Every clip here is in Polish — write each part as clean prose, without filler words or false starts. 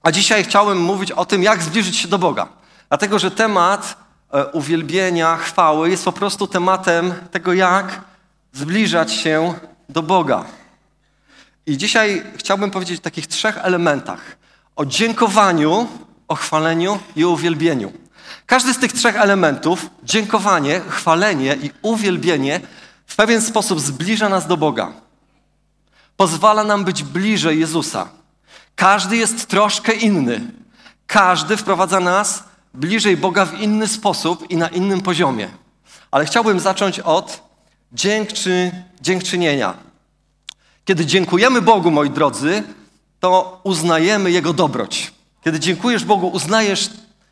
A dzisiaj chciałem mówić o tym, jak zbliżyć się do Boga. Dlatego, że temat uwielbienia, chwały jest po prostu tematem tego, jak zbliżać się do Boga. I dzisiaj chciałbym powiedzieć o takich 3 elementach. O dziękowaniu, o chwaleniu i o uwielbieniu. Każdy z tych 3 elementów, dziękowanie, chwalenie i uwielbienie, w pewien sposób zbliża nas do Boga. Pozwala nam być bliżej Jezusa. Każdy jest troszkę inny. Każdy wprowadza nas bliżej Boga w inny sposób i na innym poziomie. Ale chciałbym zacząć od dziękczynienia. Kiedy dziękujemy Bogu, moi drodzy, to uznajemy Jego dobroć. Kiedy dziękujesz Bogu, uznajesz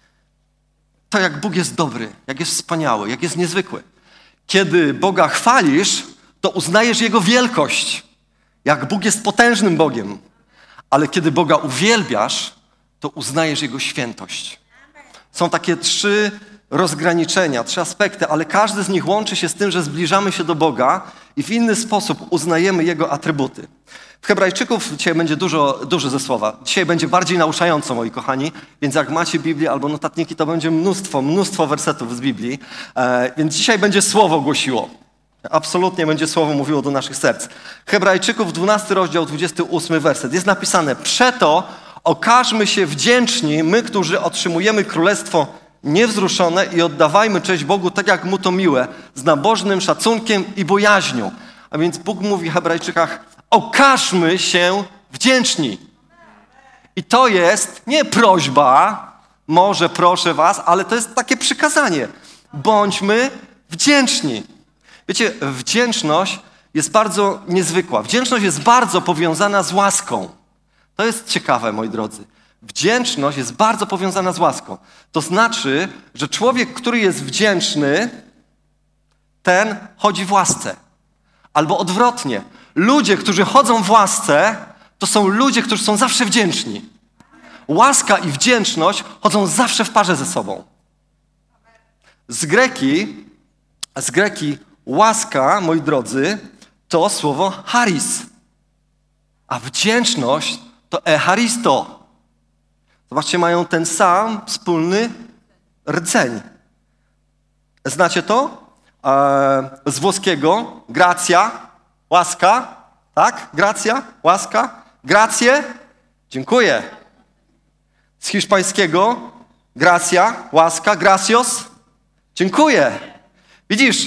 to, jak Bóg jest dobry, jak jest wspaniały, jak jest niezwykły. Kiedy Boga chwalisz, to uznajesz Jego wielkość, jak Bóg jest potężnym Bogiem. Ale kiedy Boga uwielbiasz, to uznajesz Jego świętość. Są takie 3 rozgraniczenia, 3 aspekty, ale każdy z nich łączy się z tym, że zbliżamy się do Boga i w inny sposób uznajemy Jego atrybuty. W Hebrajczyków dzisiaj będzie dużo ze słowa. Dzisiaj będzie bardziej nauczająco, moi kochani, więc jak macie Biblię albo notatniki, to będzie mnóstwo wersetów z Biblii, więc dzisiaj będzie słowo głosiło. Absolutnie będzie słowo mówiło do naszych serc. Hebrajczyków 12 rozdział, 28 werset. Jest napisane: przeto okażmy się wdzięczni, my, którzy otrzymujemy królestwo niewzruszone i oddawajmy cześć Bogu tak, jak Mu to miłe, z nabożnym szacunkiem i bojaźnią. A więc Bóg mówi w Hebrajczykach: okażmy się wdzięczni. I to jest nie prośba, może proszę was, ale to jest takie przykazanie. Bądźmy wdzięczni. Wiecie, wdzięczność jest bardzo niezwykła. Wdzięczność jest bardzo powiązana z łaską. To jest ciekawe, moi drodzy. Wdzięczność jest bardzo powiązana z łaską. To znaczy, że człowiek, który jest wdzięczny, ten chodzi w łasce. Albo odwrotnie. Ludzie, którzy chodzą w łasce, to są ludzie, którzy są zawsze wdzięczni. Łaska i wdzięczność chodzą zawsze w parze ze sobą. Z greki łaska, moi drodzy, to słowo charis. A wdzięczność to echaristo. Zobaczcie, mają ten sam wspólny rdzeń. Znacie to? Z włoskiego gracja, łaska, tak? Gracja, łaska, gracje, dziękuję. Z hiszpańskiego gracja, łaska, gracios, dziękuję. Widzisz,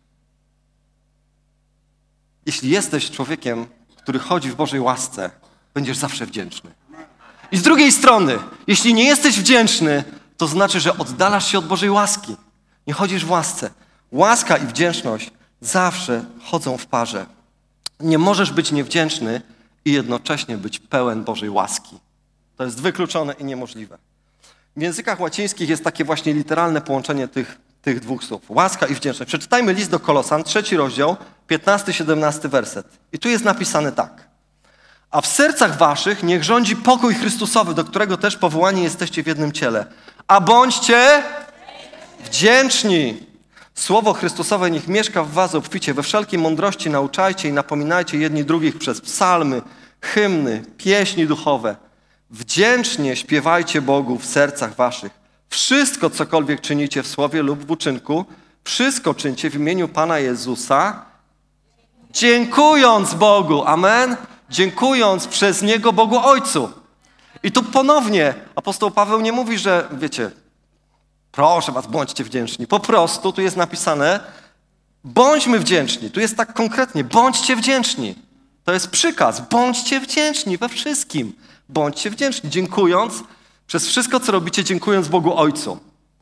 jeśli jesteś człowiekiem, który chodzi w Bożej łasce, będziesz zawsze wdzięczny. I z drugiej strony, jeśli nie jesteś wdzięczny, to znaczy, że oddalasz się od Bożej łaski. Nie chodzisz w łasce. Łaska i wdzięczność zawsze chodzą w parze. Nie możesz być niewdzięczny i jednocześnie być pełen Bożej łaski. To jest wykluczone i niemożliwe. W językach łacińskich jest takie właśnie literalne połączenie tych 2 słów. Łaska i wdzięczność. Przeczytajmy list do Kolosan, 3 rozdział, 15-17 werset. I tu jest napisane tak. A w sercach waszych niech rządzi pokój Chrystusowy, do którego też powołani jesteście w jednym ciele. A bądźcie wdzięczni. Słowo Chrystusowe niech mieszka w was obficie. We wszelkiej mądrości nauczajcie i napominajcie jedni drugich przez psalmy, hymny, pieśni duchowe. Wdzięcznie śpiewajcie Bogu w sercach waszych. Wszystko, cokolwiek czynicie w słowie lub w uczynku, wszystko czyńcie w imieniu Pana Jezusa, dziękując Bogu. Amen? Dziękując przez Niego Bogu Ojcu. I tu ponownie apostoł Paweł nie mówi, że wiecie, proszę was, bądźcie wdzięczni. Po prostu tu jest napisane, bądźmy wdzięczni. Tu jest tak konkretnie, bądźcie wdzięczni. To jest przykaz, bądźcie wdzięczni we wszystkim. Bądźcie wdzięczni, dziękując przez wszystko, co robicie, dziękując Bogu Ojcu.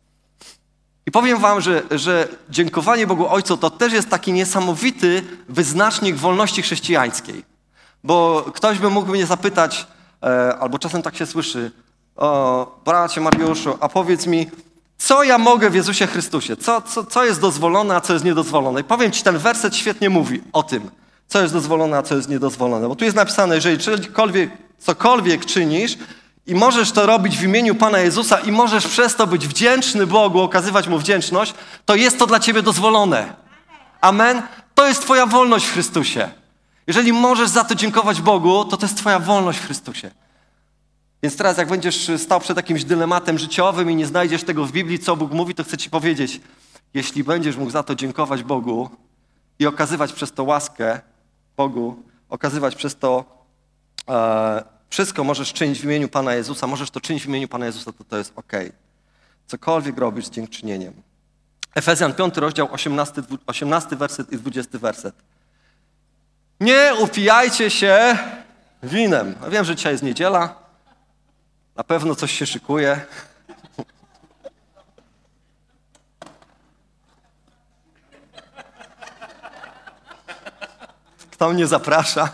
I powiem wam, że dziękowanie Bogu Ojcu to też jest taki niesamowity wyznacznik wolności chrześcijańskiej. Bo ktoś by mógł mnie zapytać, albo czasem tak się słyszy, o bracie Mariuszu, a powiedz mi, co ja mogę w Jezusie Chrystusie? Co jest dozwolone, a co jest niedozwolone? I powiem ci, ten werset świetnie mówi o tym, co jest dozwolone, a co jest niedozwolone. Bo tu jest napisane, jeżeli cokolwiek czynisz i możesz to robić w imieniu Pana Jezusa i możesz przez to być wdzięczny Bogu, okazywać Mu wdzięczność, to jest to dla ciebie dozwolone. Amen? To jest twoja wolność w Chrystusie. Jeżeli możesz za to dziękować Bogu, to jest twoja wolność w Chrystusie. Więc teraz jak będziesz stał przed jakimś dylematem życiowym i nie znajdziesz tego w Biblii, co Bóg mówi, to chcę ci powiedzieć, jeśli będziesz mógł za to dziękować Bogu i okazywać przez to łaskę Bogu, okazywać przez to wszystko możesz czynić w imieniu Pana Jezusa, możesz to czynić w imieniu Pana Jezusa, to jest okej. Cokolwiek robisz z dziękczynieniem. Efezjan 5 rozdział 18 werset i 20 werset. Nie upijajcie się winem. Ja wiem, że dzisiaj jest niedziela. Na pewno coś się szykuje. Kto mnie zaprasza?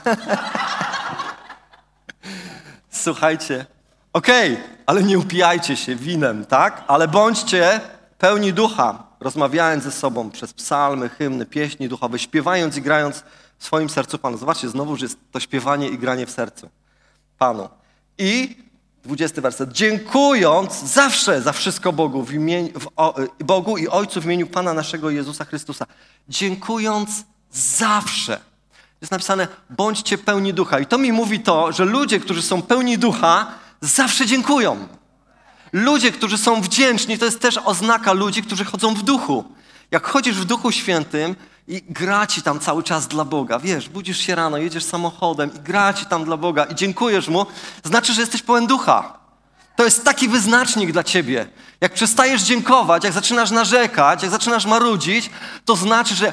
Słuchajcie. Ale nie upijajcie się winem, tak? Ale bądźcie pełni ducha, rozmawiając ze sobą przez psalmy, hymny, pieśni duchowe, śpiewając i grając w swoim sercu Panu. Zobaczcie, znowu, że jest to śpiewanie i granie w sercu Panu. I 20 werset. Dziękując zawsze za wszystko Bogu, Bogu i Ojcu w imieniu Pana naszego Jezusa Chrystusa. Dziękując zawsze. Jest napisane, bądźcie pełni ducha. I to mi mówi to, że ludzie, którzy są pełni ducha, zawsze dziękują. Ludzie, którzy są wdzięczni, to jest też oznaka ludzi, którzy chodzą w duchu. Jak chodzisz w Duchu Świętym i gra ci tam cały czas dla Boga, wiesz, budzisz się rano, jedziesz samochodem i gra ci tam dla Boga i dziękujesz Mu, znaczy, że jesteś pełen ducha. To jest taki wyznacznik dla ciebie. Jak przestajesz dziękować, jak zaczynasz narzekać, jak zaczynasz marudzić, to znaczy, że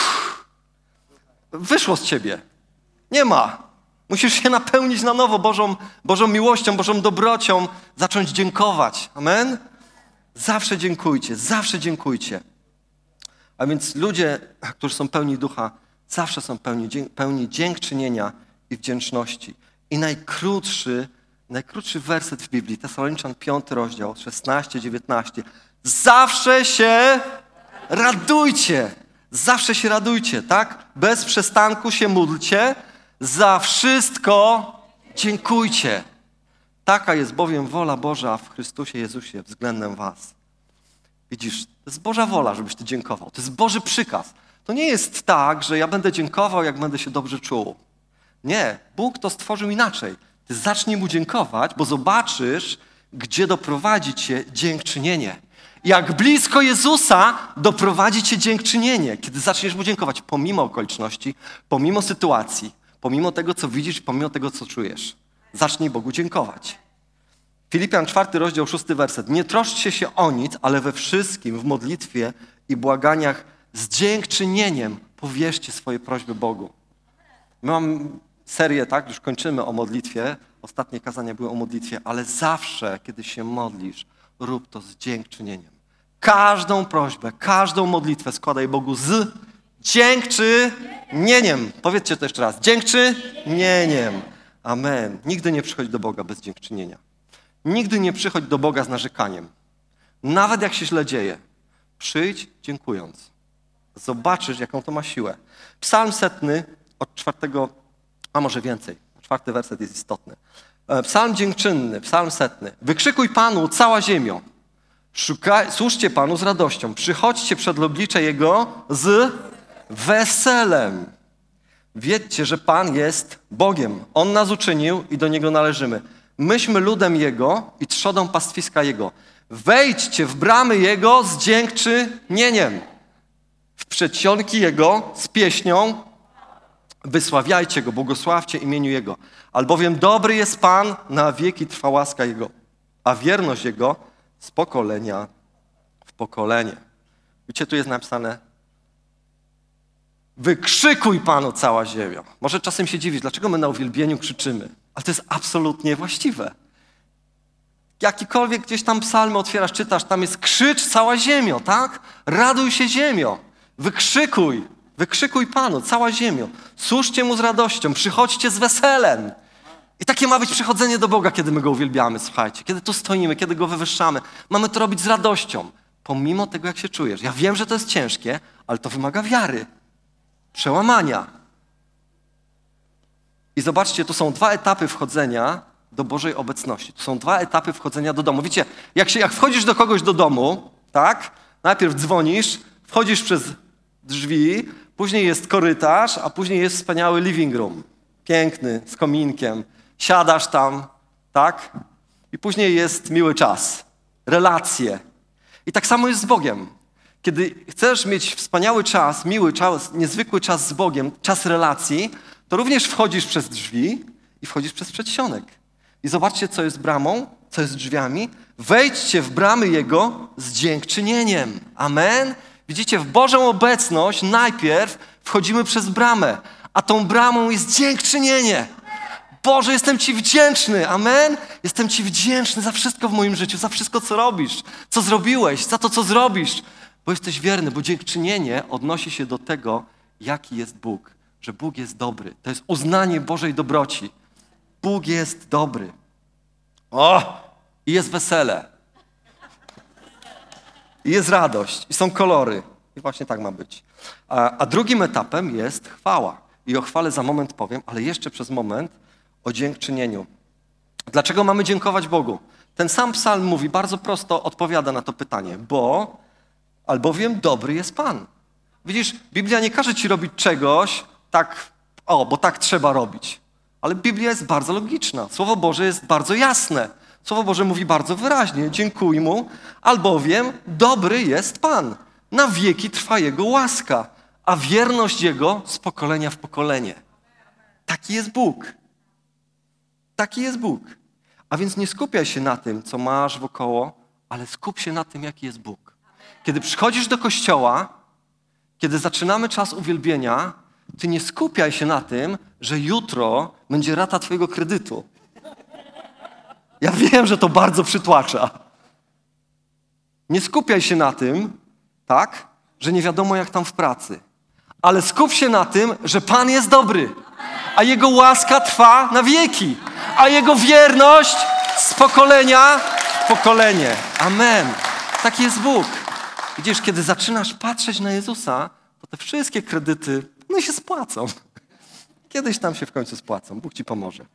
wyszło z ciebie. Nie ma. Musisz się napełnić na nowo Bożą miłością, Bożą dobrocią, zacząć dziękować. Amen? Zawsze dziękujcie, zawsze dziękujcie. A więc ludzie, którzy są pełni ducha, zawsze są pełni dziękczynienia i wdzięczności. I najkrótszy werset w Biblii, Tesaloniczan 5 rozdział, 16-19. Zawsze się radujcie. Zawsze się radujcie, tak? Bez przestanku się módlcie. Za wszystko dziękujcie. Taka jest bowiem wola Boża w Chrystusie Jezusie względem was. Widzisz, to jest Boża wola, żebyś ty dziękował. To jest Boży przykaz. To nie jest tak, że ja będę dziękował, jak będę się dobrze czuł. Nie, Bóg to stworzył inaczej. Ty zacznij Mu dziękować, bo zobaczysz, gdzie doprowadzi cię dziękczynienie. Jak blisko Jezusa doprowadzi cię dziękczynienie, kiedy zaczniesz Mu dziękować, pomimo okoliczności, pomimo sytuacji, pomimo tego, co widzisz, pomimo tego, co czujesz. Zacznij Bogu dziękować. Filipian 4 rozdział 6 werset. Nie troszczcie się o nic, ale we wszystkim w modlitwie i błaganiach z dziękczynieniem powierzcie swoje prośby Bogu. My mamy serię, tak? Już kończymy o modlitwie. Ostatnie kazania były o modlitwie, ale zawsze, kiedy się modlisz, rób to z dziękczynieniem. Każdą prośbę, każdą modlitwę składaj Bogu z dziękczynieniem. Powiedzcie to jeszcze raz. Dziękczynieniem. Amen. Nigdy nie przychodź do Boga bez dziękczynienia. Nigdy nie przychodź do Boga z narzekaniem. Nawet jak się źle dzieje. Przyjdź dziękując. Zobaczysz, jaką to ma siłę. Psalm 100 od 4, a może więcej. 4 werset jest istotny. Psalm dziękczynny, psalm 100. Wykrzykuj Panu, cała ziemio. Służcie Panu z radością. Przychodźcie przed oblicze Jego z weselem. Wiedzcie, że Pan jest Bogiem. On nas uczynił i do Niego należymy. Myśmy ludem Jego i trzodą pastwiska Jego. Wejdźcie w bramy Jego z dziękczynieniem. W przedsionki Jego z pieśnią. Wysławiajcie Go, błogosławcie imieniu Jego. Albowiem dobry jest Pan, na wieki trwa łaska Jego, a wierność Jego z pokolenia w pokolenie. Widzicie, tu jest napisane wykrzykuj Panu cała ziemia. Może czasem się dziwić, dlaczego my na uwielbieniu krzyczymy, ale to jest absolutnie właściwe. Jakikolwiek gdzieś tam psalmy otwierasz, czytasz, tam jest krzycz cała ziemio, tak? Raduj się ziemio, wykrzykuj Panu, cała ziemio. Służcie Mu z radością, przychodźcie z weselem. I takie ma być przychodzenie do Boga, kiedy my Go uwielbiamy, słuchajcie. Kiedy tu stoimy, kiedy Go wywyższamy. Mamy to robić z radością, pomimo tego, jak się czujesz. Ja wiem, że to jest ciężkie, ale to wymaga wiary, przełamania. I zobaczcie, tu są 2 etapy wchodzenia do Bożej obecności. Tu są 2 etapy wchodzenia do domu. Wiecie, jak wchodzisz do kogoś do domu, tak? Najpierw dzwonisz, wchodzisz przez drzwi, później jest korytarz, a później jest wspaniały living room. Piękny, z kominkiem. Siadasz tam, tak? I później jest miły czas, relacje. I tak samo jest z Bogiem. Kiedy chcesz mieć wspaniały czas, miły czas, niezwykły czas z Bogiem, czas relacji, to również wchodzisz przez drzwi i wchodzisz przez przedsionek. I zobaczcie, co jest bramą, co jest drzwiami. Wejdźcie w bramy Jego z dziękczynieniem. Amen? Widzicie, w Bożą obecność najpierw wchodzimy przez bramę, a tą bramą jest dziękczynienie. Boże, jestem Ci wdzięczny. Amen? Jestem Ci wdzięczny za wszystko w moim życiu, za wszystko, co robisz, co zrobiłeś, za to, co zrobisz. Bo jesteś wierny, bo dziękczynienie odnosi się do tego, jaki jest Bóg. Że Bóg jest dobry. To jest uznanie Bożej dobroci. Bóg jest dobry. O! I jest wesele. I jest radość. I są kolory. I właśnie tak ma być. A drugim etapem jest chwała. I o chwale za moment powiem, ale jeszcze przez moment o dziękczynieniu. Dlaczego mamy dziękować Bogu? Ten sam psalm mówi, bardzo prosto odpowiada na to pytanie. Albowiem dobry jest Pan. Widzisz, Biblia nie każe ci robić czegoś tak, bo tak trzeba robić. Ale Biblia jest bardzo logiczna. Słowo Boże jest bardzo jasne. Słowo Boże mówi bardzo wyraźnie. Dziękuj Mu, albowiem dobry jest Pan. Na wieki trwa Jego łaska, a wierność Jego z pokolenia w pokolenie. Taki jest Bóg. Taki jest Bóg. A więc nie skupiaj się na tym, co masz wokoło, ale skup się na tym, jaki jest Bóg. Kiedy przychodzisz do kościoła, kiedy zaczynamy czas uwielbienia, ty nie skupiaj się na tym, że jutro będzie rata twojego kredytu. Ja wiem, że to bardzo przytłacza. Nie skupiaj się na tym, tak, że nie wiadomo jak tam w pracy. Ale skup się na tym, że Pan jest dobry, a Jego łaska trwa na wieki, a Jego wierność z pokolenia w pokolenie. Amen. Taki jest Bóg. Widzisz, kiedy zaczynasz patrzeć na Jezusa, to te wszystkie kredyty, one się spłacą. Kiedyś tam się w końcu spłacą. Bóg ci pomoże.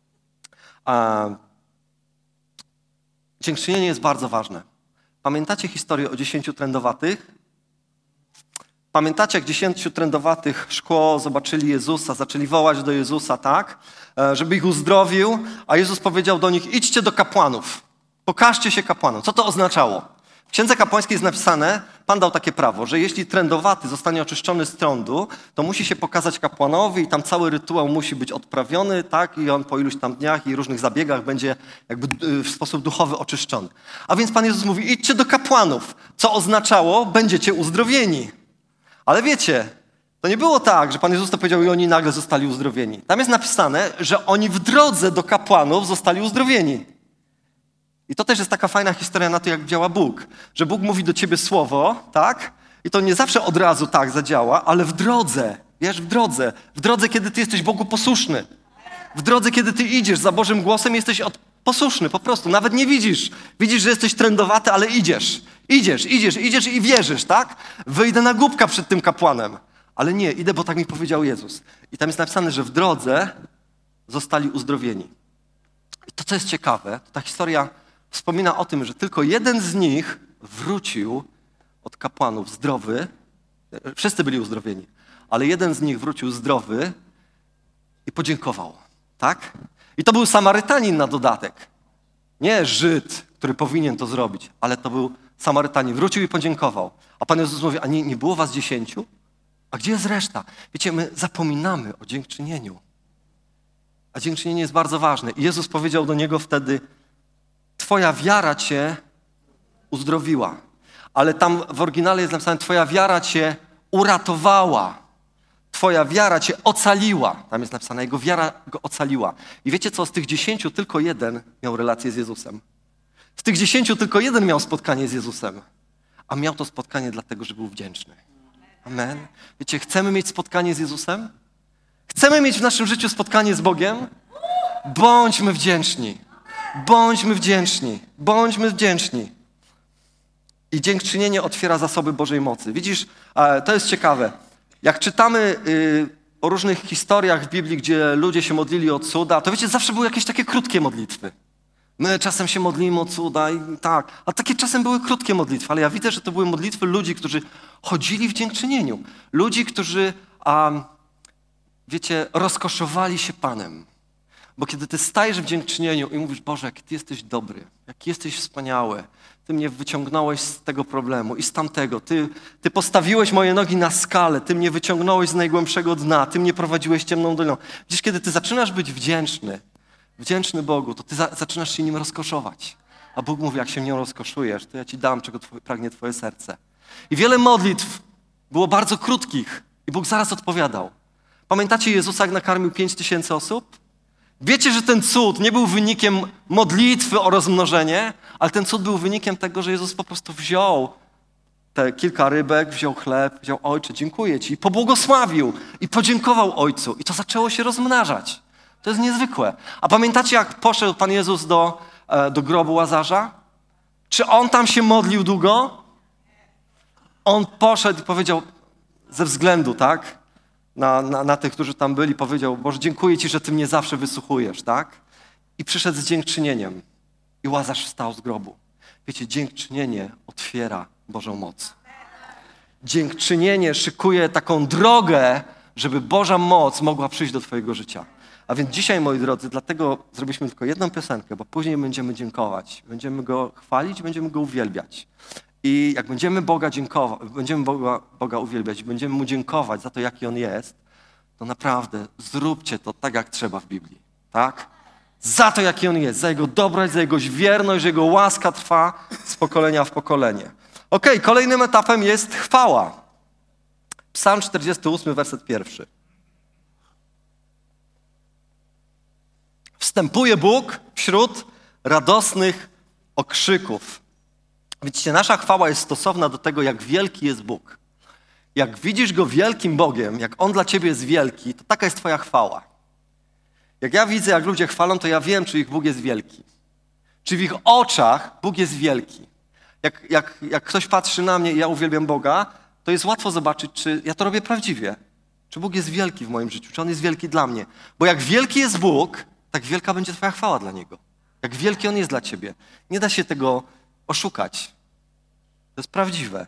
Dziękczynienie jest bardzo ważne. Pamiętacie historię o 10 trędowatych? Pamiętacie, jak 10 trędowatych szkło zobaczyli Jezusa, zaczęli wołać do Jezusa, tak? Żeby ich uzdrowił, a Jezus powiedział do nich, idźcie do kapłanów. Pokażcie się kapłanom. Co to oznaczało? W Księdze Kapłańskiej jest napisane, Pan dał takie prawo, że jeśli trędowaty zostanie oczyszczony z trądu, to musi się pokazać kapłanowi i tam cały rytuał musi być odprawiony, tak? I on po iluś tam dniach i różnych zabiegach będzie jakby w sposób duchowy oczyszczony. A więc Pan Jezus mówi, idźcie do kapłanów, co oznaczało, będziecie uzdrowieni. Ale wiecie, to nie było tak, że Pan Jezus to powiedział i oni nagle zostali uzdrowieni. Tam jest napisane, że oni w drodze do kapłanów zostali uzdrowieni. I to też jest taka fajna historia na to, jak działa Bóg. Że Bóg mówi do ciebie słowo, tak? I to nie zawsze od razu tak zadziała, ale w drodze. Wiesz, w drodze. W drodze, kiedy ty jesteś Bogu posłuszny. W drodze, kiedy ty idziesz za Bożym głosem, jesteś posłuszny po prostu. Nawet nie widzisz. Widzisz, że jesteś trędowaty, ale idziesz. Idziesz i wierzysz, tak? Wyjdę na głupka przed tym kapłanem. Ale nie, idę, bo tak mi powiedział Jezus. I tam jest napisane, że w drodze zostali uzdrowieni. I to, co jest ciekawe, to ta historia wspomina o tym, że tylko jeden z nich wrócił od kapłanów zdrowy. Wszyscy byli uzdrowieni, ale jeden z nich wrócił zdrowy i podziękował, tak? I to był Samarytanin na dodatek. Nie Żyd, który powinien to zrobić, ale to był Samarytanin. Wrócił i podziękował. A Pan Jezus mówi, a nie było was 10? A gdzie jest reszta? Wiecie, my zapominamy o dziękczynieniu. A dziękczynienie jest bardzo ważne. I Jezus powiedział do niego wtedy, twoja wiara cię uzdrowiła. Ale tam w oryginale jest napisane, twoja wiara cię uratowała. Twoja wiara cię ocaliła. Tam jest napisane, jego wiara go ocaliła. I wiecie co, z tych 10 tylko jeden miał relację z Jezusem. Z tych 10 tylko jeden miał spotkanie z Jezusem. A miał to spotkanie dlatego, że był wdzięczny. Amen. Wiecie, chcemy mieć spotkanie z Jezusem? Chcemy mieć w naszym życiu spotkanie z Bogiem? Bądźmy wdzięczni. Bądźmy wdzięczni. Bądźmy wdzięczni. I dziękczynienie otwiera zasoby Bożej mocy. Widzisz, to jest ciekawe. Jak czytamy o różnych historiach w Biblii, gdzie ludzie się modlili o cuda, to wiecie, zawsze były jakieś takie krótkie modlitwy. My czasem się modlimy o cuda i tak, a takie czasem były krótkie modlitwy, ale ja widzę, że to były modlitwy ludzi, którzy chodzili w dziękczynieniu. Ludzi, którzy, wiecie, rozkoszowali się Panem. Bo kiedy ty stajesz w dziękczynieniu i mówisz, Boże, jaki ty jesteś dobry, jaki jesteś wspaniały, ty mnie wyciągnąłeś z tego problemu i z tamtego, ty postawiłeś moje nogi na skalę, ty mnie wyciągnąłeś z najgłębszego dna, ty mnie prowadziłeś ciemną doliną. Widzisz, kiedy ty zaczynasz być wdzięczny Bogu, to ty zaczynasz się nim rozkoszować. A Bóg mówi, jak się nią rozkoszujesz, to ja ci dam, czego pragnie twoje serce. I wiele modlitw było bardzo krótkich i Bóg zaraz odpowiadał. Pamiętacie Jezusa, jak nakarmił 5000 osób? Wiecie, że ten cud nie był wynikiem modlitwy o rozmnożenie, ale ten cud był wynikiem tego, że Jezus po prostu wziął te kilka rybek, wziął chleb, wziął Ojcze, dziękuję Ci, i pobłogosławił i podziękował Ojcu. I to zaczęło się rozmnażać. To jest niezwykłe. A pamiętacie, jak poszedł Pan Jezus do grobu Łazarza? Czy On tam się modlił długo? On poszedł i powiedział, ze względu, tak? Na tych, którzy tam byli, powiedział, Boże, dziękuję Ci, że Ty mnie zawsze wysłuchujesz, tak? I przyszedł z dziękczynieniem. I Łazarz wstał z grobu. Wiecie, dziękczynienie otwiera Bożą moc. Dziękczynienie szykuje taką drogę, żeby Boża moc mogła przyjść do twojego życia. A więc dzisiaj, moi drodzy, dlatego zrobiliśmy tylko jedną piosenkę, bo później będziemy dziękować. Będziemy Go chwalić, będziemy Go uwielbiać. I jak będziemy będziemy Boga uwielbiać, będziemy Mu dziękować za to, jaki On jest, to naprawdę zróbcie to tak, jak trzeba w Biblii. Tak? Za to, jaki On jest, za Jego dobroć, za Jego wierność, że Jego łaska trwa z pokolenia w pokolenie. Okej, kolejnym etapem jest chwała. Psalm 48, werset 1. Wstępuje Bóg wśród radosnych okrzyków. Widzicie, nasza chwała jest stosowna do tego, jak wielki jest Bóg. Jak widzisz Go wielkim Bogiem, jak On dla ciebie jest wielki, to taka jest twoja chwała. Jak ja widzę, jak ludzie chwalą, to ja wiem, czy ich Bóg jest wielki. Czy w ich oczach Bóg jest wielki. Jak ktoś patrzy na mnie i ja uwielbiam Boga, to jest łatwo zobaczyć, czy ja to robię prawdziwie. Czy Bóg jest wielki w moim życiu, czy On jest wielki dla mnie. Bo jak wielki jest Bóg, tak wielka będzie twoja chwała dla Niego. Jak wielki On jest dla ciebie. Nie da się tego oszukać. To jest prawdziwe.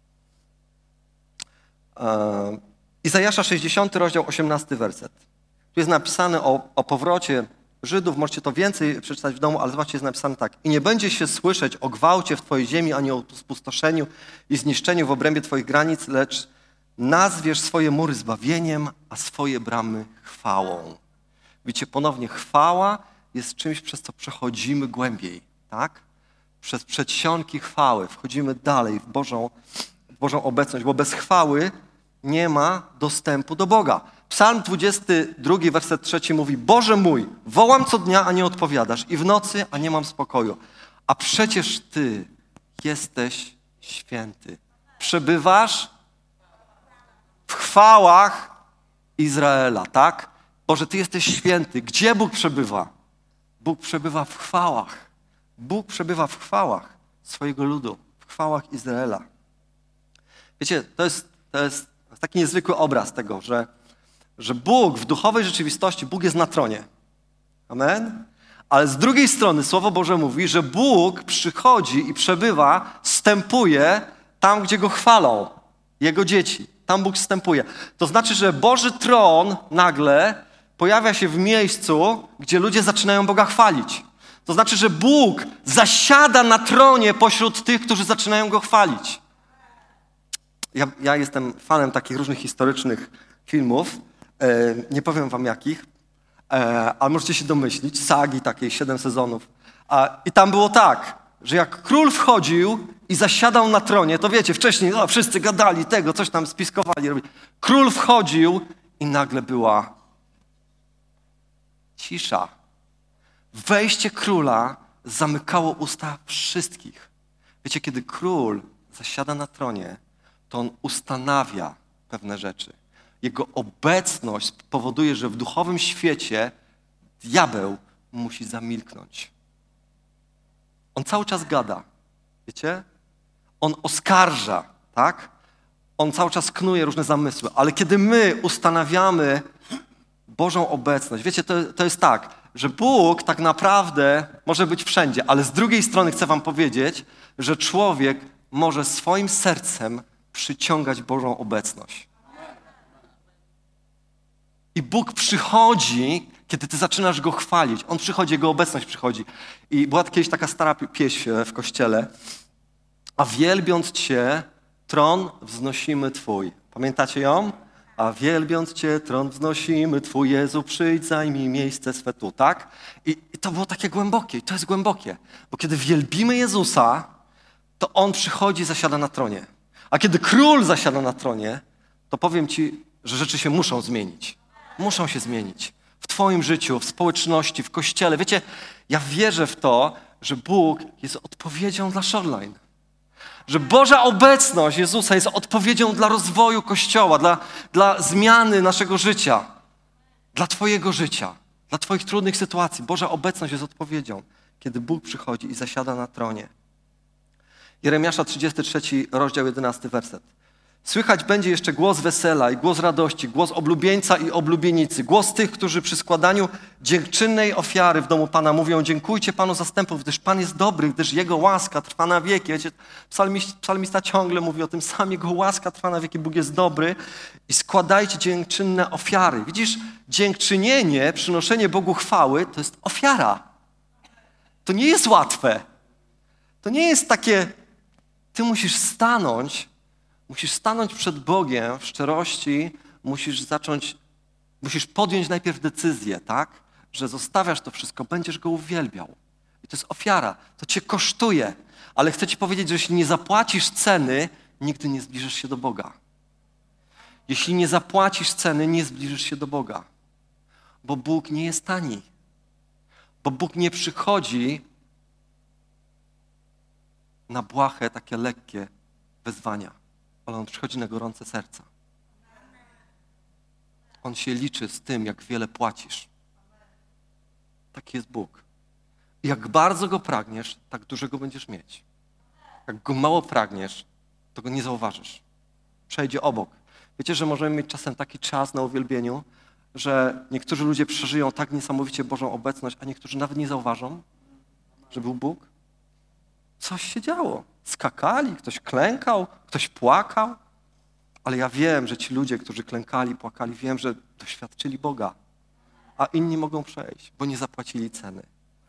Izajasza 60, rozdział 18, werset. Tu jest napisane o powrocie Żydów, możecie to więcej przeczytać w domu, ale zobaczcie, jest napisane tak. I nie będzie się słyszeć o gwałcie w twojej ziemi, ani o spustoszeniu i zniszczeniu w obrębie twoich granic, lecz nazwiesz swoje mury zbawieniem, a swoje bramy chwałą. Widzicie, ponownie chwała jest czymś, przez co przechodzimy głębiej, tak? Przez przedsionki chwały wchodzimy dalej w Bożą obecność, bo bez chwały nie ma dostępu do Boga. Psalm 22, werset 3 mówi: Boże mój, wołam co dnia, a nie odpowiadasz, i w nocy, a nie mam spokoju. A przecież Ty jesteś święty. Przebywasz w chwałach Izraela, tak? Boże, Ty jesteś święty. Gdzie Bóg przebywa? Bóg przebywa w chwałach. Bóg przebywa w chwałach swojego ludu, w chwałach Izraela. Wiecie, to jest taki niezwykły obraz tego, że Bóg w duchowej rzeczywistości, Bóg jest na tronie. Amen? Ale z drugiej strony Słowo Boże mówi, że Bóg przychodzi i przebywa, wstępuje tam, gdzie Go chwalą Jego dzieci. Tam Bóg wstępuje. To znaczy, że Boży tron nagle pojawia się w miejscu, gdzie ludzie zaczynają Boga chwalić. To znaczy, że Bóg zasiada na tronie pośród tych, którzy zaczynają Go chwalić. Ja jestem fanem takich różnych historycznych filmów. Nie powiem wam jakich, ale możecie się domyślić. Sagi takiej, 7 sezonów. I tam było tak, że jak król wchodził i zasiadał na tronie, to wiecie, wcześniej wszyscy gadali tego, coś tam spiskowali. Król wchodził i nagle była cisza. Wejście króla zamykało usta wszystkich. Wiecie, kiedy król zasiada na tronie, to on ustanawia pewne rzeczy. Jego obecność powoduje, że w duchowym świecie diabeł musi zamilknąć. On cały czas gada, wiecie? On oskarża, tak? On cały czas knuje różne zamysły, ale kiedy my ustanawiamy Bożą obecność, wiecie, to jest tak, że Bóg tak naprawdę może być wszędzie, ale z drugiej strony chcę wam powiedzieć, że człowiek może swoim sercem przyciągać Bożą obecność. I Bóg przychodzi, Kiedy ty zaczynasz Go chwalić, On przychodzi, Jego obecność przychodzi. I była kiedyś taka stara pieśń w kościele. A wielbiąc Cię, tron wznosimy Twój. Pamiętacie ją? A wielbiąc Cię, tron wznosimy Twój. Jezu, przyjdź, zajmij miejsce swe tu, tak? I to było takie głębokie, i to jest głębokie. Bo kiedy wielbimy Jezusa, to On przychodzi i zasiada na tronie. A kiedy Król zasiada na tronie, to powiem Ci, że rzeczy się muszą zmienić. Muszą się zmienić. W Twoim życiu, w społeczności, w Kościele. Wiecie, ja wierzę w to, że Bóg jest odpowiedzią dla Shoreline. Że Boża obecność Jezusa jest odpowiedzią dla rozwoju Kościoła, dla zmiany naszego życia, dla Twojego życia, dla Twoich trudnych sytuacji. Boża obecność jest odpowiedzią, kiedy Bóg przychodzi i zasiada na tronie. Jeremiasza 33, rozdział 11, werset. Słychać będzie jeszcze głos wesela i głos radości, głos oblubieńca i oblubienicy, głos tych, którzy przy składaniu dziękczynnej ofiary w domu Pana mówią: dziękujcie Panu zastępów, gdyż Pan jest dobry, gdyż Jego łaska trwa na wieki. Wiecie, psalmista ciągle mówi o tym, sam Jego łaska trwa na wieki, Bóg jest dobry i składajcie dziękczynne ofiary. Widzisz, dziękczynienie, przynoszenie Bogu chwały to jest ofiara. To nie jest łatwe. To nie jest takie, ty musisz stanąć przed Bogiem w szczerości, musisz podjąć najpierw decyzję, tak? Że zostawiasz to wszystko, będziesz Go uwielbiał. I to jest ofiara, to cię kosztuje. Ale chcę ci powiedzieć, że jeśli nie zapłacisz ceny, nigdy nie zbliżysz się do Boga. Jeśli nie zapłacisz ceny, nie zbliżysz się do Boga. Bo Bóg nie jest tani. Bo Bóg nie przychodzi na błahe, takie lekkie wezwania. Ale On przychodzi na gorące serca. On się liczy z tym, jak wiele płacisz. Taki jest Bóg. I jak bardzo Go pragniesz, tak dużo Go będziesz mieć. Jak Go mało pragniesz, to Go nie zauważysz. Przejdzie obok. Wiecie, że możemy mieć czasem taki czas na uwielbieniu, że niektórzy ludzie przeżyją tak niesamowicie Bożą obecność, a niektórzy nawet nie zauważą, że był Bóg? Coś się działo. Skakali, ktoś klękał, ktoś płakał. Ale ja wiem, że ci ludzie, którzy klękali, płakali, wiem, że doświadczyli Boga. A inni mogą przejść, bo nie zapłacili ceny.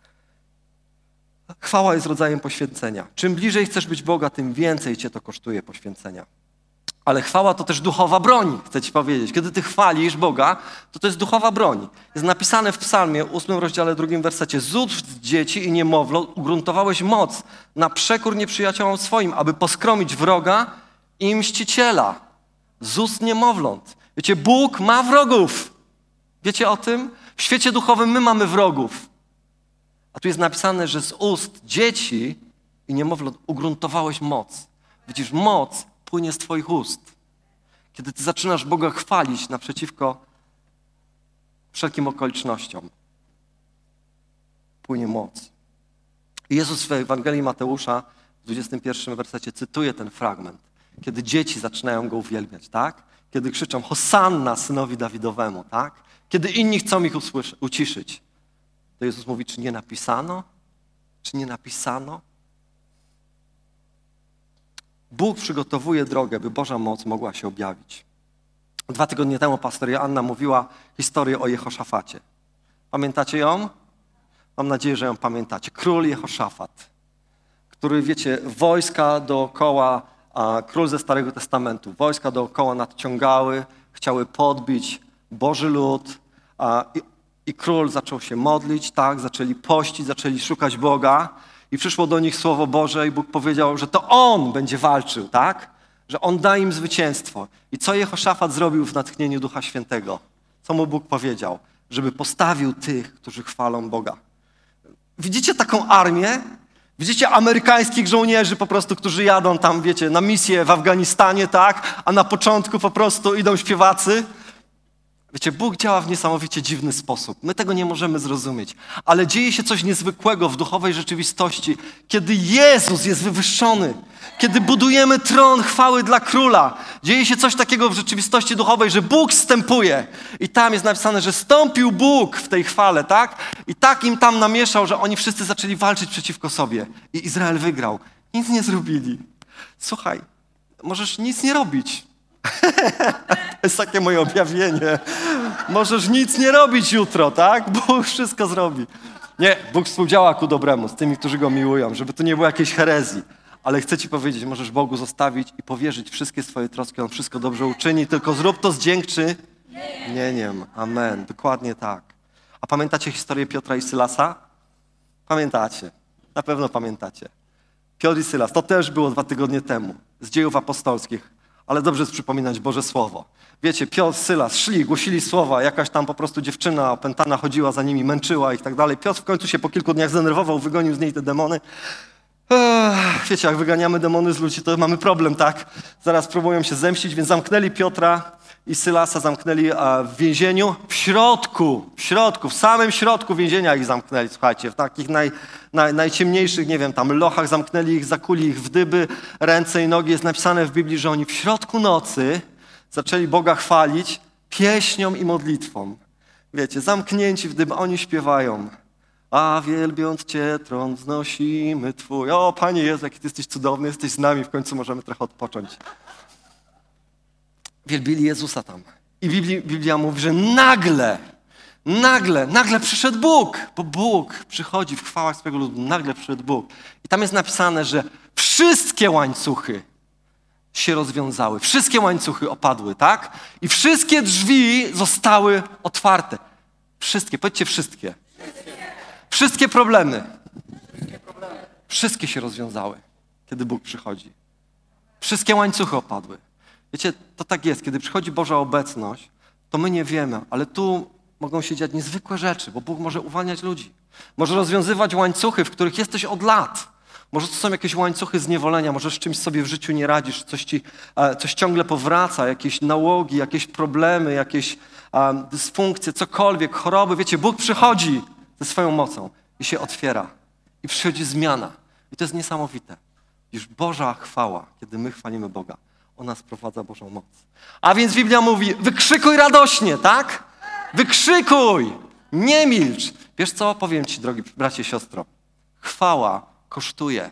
Chwała jest rodzajem poświęcenia. Czym bliżej chcesz być Boga, tym więcej cię to kosztuje poświęcenia. Ale chwała to też duchowa broń, chcę ci powiedzieć. Kiedy ty chwalisz Boga, to jest duchowa broń. Jest napisane w Psalmie, 8 rozdziale, 2 wersecie: z ust dzieci i niemowląt ugruntowałeś moc na przekór nieprzyjaciołom swoim, aby poskromić wroga i mściciela. Z ust niemowląt. Wiecie, Bóg ma wrogów. Wiecie o tym? W świecie duchowym my mamy wrogów. A tu jest napisane, że z ust dzieci i niemowląt ugruntowałeś moc. Widzisz, moc płynie z twoich ust. Kiedy ty zaczynasz Boga chwalić naprzeciwko wszelkim okolicznościom, płynie moc. I Jezus w Ewangelii Mateusza w 21 wersecie cytuje ten fragment, kiedy dzieci zaczynają Go uwielbiać, tak? Kiedy krzyczą: Hosanna synowi Dawidowemu, tak? Kiedy inni chcą ich uciszyć, to Jezus mówi: czy nie napisano? Czy nie napisano? Bóg przygotowuje drogę, by Boża moc mogła się objawić. 2 tygodnie temu pastor Joanna mówiła historię o Jehoszafacie. Pamiętacie ją? Mam nadzieję, że ją pamiętacie. Król Jehoszafat, który, wiecie, wojska dookoła, król ze Starego Testamentu, wojska dookoła nadciągały, chciały podbić Boży lud i król zaczął się modlić, tak, zaczęli pościć, zaczęli szukać Boga. I przyszło do nich Słowo Boże i Bóg powiedział, że to On będzie walczył, tak? Że On da im zwycięstwo. I co Jehoszafat zrobił w natchnieniu Ducha Świętego? Co mu Bóg powiedział? Żeby postawił tych, którzy chwalą Boga. Widzicie taką armię? Widzicie amerykańskich żołnierzy po prostu, którzy jadą tam, wiecie, na misję w Afganistanie, tak? A na początku po prostu idą śpiewacy. Wiecie, Bóg działa w niesamowicie dziwny sposób. My tego nie możemy zrozumieć. Ale dzieje się coś niezwykłego w duchowej rzeczywistości, kiedy Jezus jest wywyższony, kiedy budujemy tron chwały dla Króla. Dzieje się coś takiego w rzeczywistości duchowej, że Bóg zstępuje. I tam jest napisane, że stąpił Bóg w tej chwale, tak? I tak im tam namieszał, że oni wszyscy zaczęli walczyć przeciwko sobie. I Izrael wygrał. Nic nie zrobili. Słuchaj, możesz nic nie robić. To jest takie moje objawienie. Możesz nic nie robić jutro, tak? Bóg wszystko zrobi. Nie, Bóg współdziała ku dobremu z tymi, którzy Go miłują, żeby to nie było jakiejś herezji. Ale chcę Ci powiedzieć, możesz Bogu zostawić i powierzyć wszystkie swoje troski. On wszystko dobrze uczyni, tylko zrób to z dziękczynieniem. Amen. Dokładnie tak. A pamiętacie historię Piotra i Sylasa? Pamiętacie. Na pewno pamiętacie. Piotr i Sylas, to też było 2 tygodnie temu, z Dziejów Apostolskich, ale dobrze jest przypominać Boże Słowo. Wiecie, Piotr, Sylas szli, głosili słowa, jakaś tam po prostu dziewczyna opętana chodziła za nimi, męczyła ich i tak dalej. Piotr w końcu się po kilku dniach zdenerwował, wygonił z niej te demony. Wiecie, jak wyganiamy demony z ludzi, to mamy problem, tak? Zaraz próbują się zemścić, więc zamknęli Piotra i Sylasa, zamknęli w więzieniu. W samym środku więzienia ich zamknęli, słuchajcie, w takich najciemniejszych, nie wiem, tam lochach zamknęli ich, zakuli ich w dyby, ręce i nogi. Jest napisane w Biblii, że oni w środku nocy zaczęli Boga chwalić pieśnią i modlitwą. Wiecie, zamknięci w dyby, oni śpiewają. A wielbiąc Cię, tron wznosimy Twój. O, Panie Jezu, jaki Ty jesteś cudowny, jesteś z nami, w końcu możemy trochę odpocząć. Wielbili Jezusa tam. I Biblia mówi, że nagle przyszedł Bóg, bo Bóg przychodzi w chwałach swego ludu. Nagle przyszedł Bóg. I tam jest napisane, że wszystkie łańcuchy się rozwiązały. Wszystkie łańcuchy opadły, tak? I wszystkie drzwi zostały otwarte. Wszystkie, powiedzcie wszystkie. Wszystkie problemy. Wszystkie się rozwiązały, kiedy Bóg przychodzi. Wszystkie łańcuchy opadły. Wiecie, to tak jest. Kiedy przychodzi Boża obecność, to my nie wiemy, ale tu mogą się dziać niezwykłe rzeczy, bo Bóg może uwalniać ludzi. Może rozwiązywać łańcuchy, w których jesteś od lat. Może to są jakieś łańcuchy zniewolenia, może z czymś sobie w życiu nie radzisz, coś ciągle powraca, jakieś nałogi, jakieś problemy, jakieś dysfunkcje, cokolwiek, choroby. Wiecie, Bóg przychodzi ze swoją mocą i się otwiera. I przychodzi zmiana. I to jest niesamowite. Już Boża chwała, kiedy my chwalimy Boga, ona sprowadza Bożą moc. A więc Biblia mówi, wykrzykuj radośnie, tak? Wykrzykuj! Nie milcz! Wiesz co? Powiem Ci, drogi bracie, siostro. Chwała kosztuje.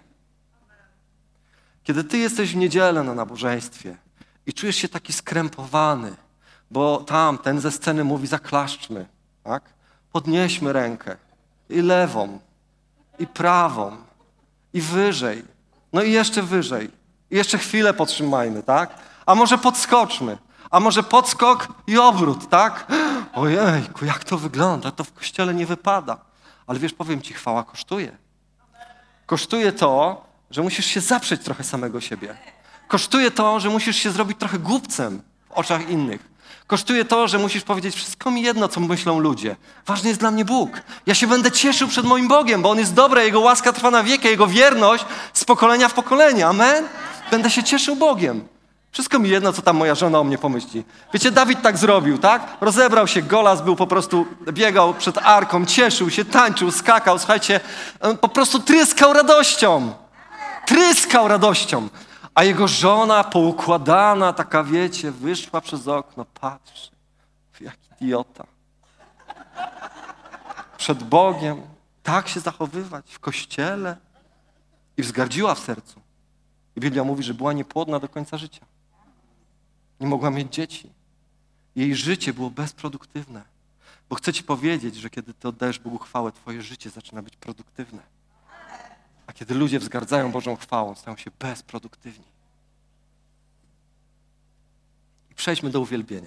Kiedy Ty jesteś w niedzielę na nabożeństwie i czujesz się taki skrępowany, bo ten ze sceny mówi, zaklaszczmy, tak? Podnieśmy rękę i lewą, i prawą, i wyżej, no i jeszcze wyżej. I jeszcze chwilę podtrzymajmy, tak? A może podskoczmy, a może podskok i obrót, tak? Ojejku, jak to wygląda, to w kościele nie wypada. Ale wiesz, powiem Ci, chwała kosztuje. Kosztuje to, że musisz się zaprzeć trochę samego siebie. Kosztuje to, że musisz się zrobić trochę głupcem w oczach innych. Kosztuje to, że musisz powiedzieć, wszystko mi jedno, co myślą ludzie. Ważny jest dla mnie Bóg. Ja się będę cieszył przed moim Bogiem, bo On jest dobry, Jego łaska trwa na wieki, Jego wierność z pokolenia w pokolenie. Amen? Będę się cieszył Bogiem. Wszystko mi jedno, co tam moja żona o mnie pomyśli. Wiecie, Dawid tak zrobił, tak? Rozebrał się, Golas był po prostu, biegał przed arką, cieszył się, tańczył, skakał. Słuchajcie, on po prostu tryskał radością. Tryskał radością. A jego żona poukładana, taka wiecie, wyszła przez okno, patrzy, jaki idiota. Przed Bogiem, tak się zachowywać w kościele. I wzgardziła w sercu. I Biblia mówi, że była niepłodna do końca życia. Nie mogła mieć dzieci. Jej życie było bezproduktywne. Bo chcę Ci powiedzieć, że kiedy Ty oddajesz Bogu chwałę, Twoje życie zaczyna być produktywne. A kiedy ludzie wzgardzają Bożą chwałą, stają się bezproduktywni. I przejdźmy do uwielbienia.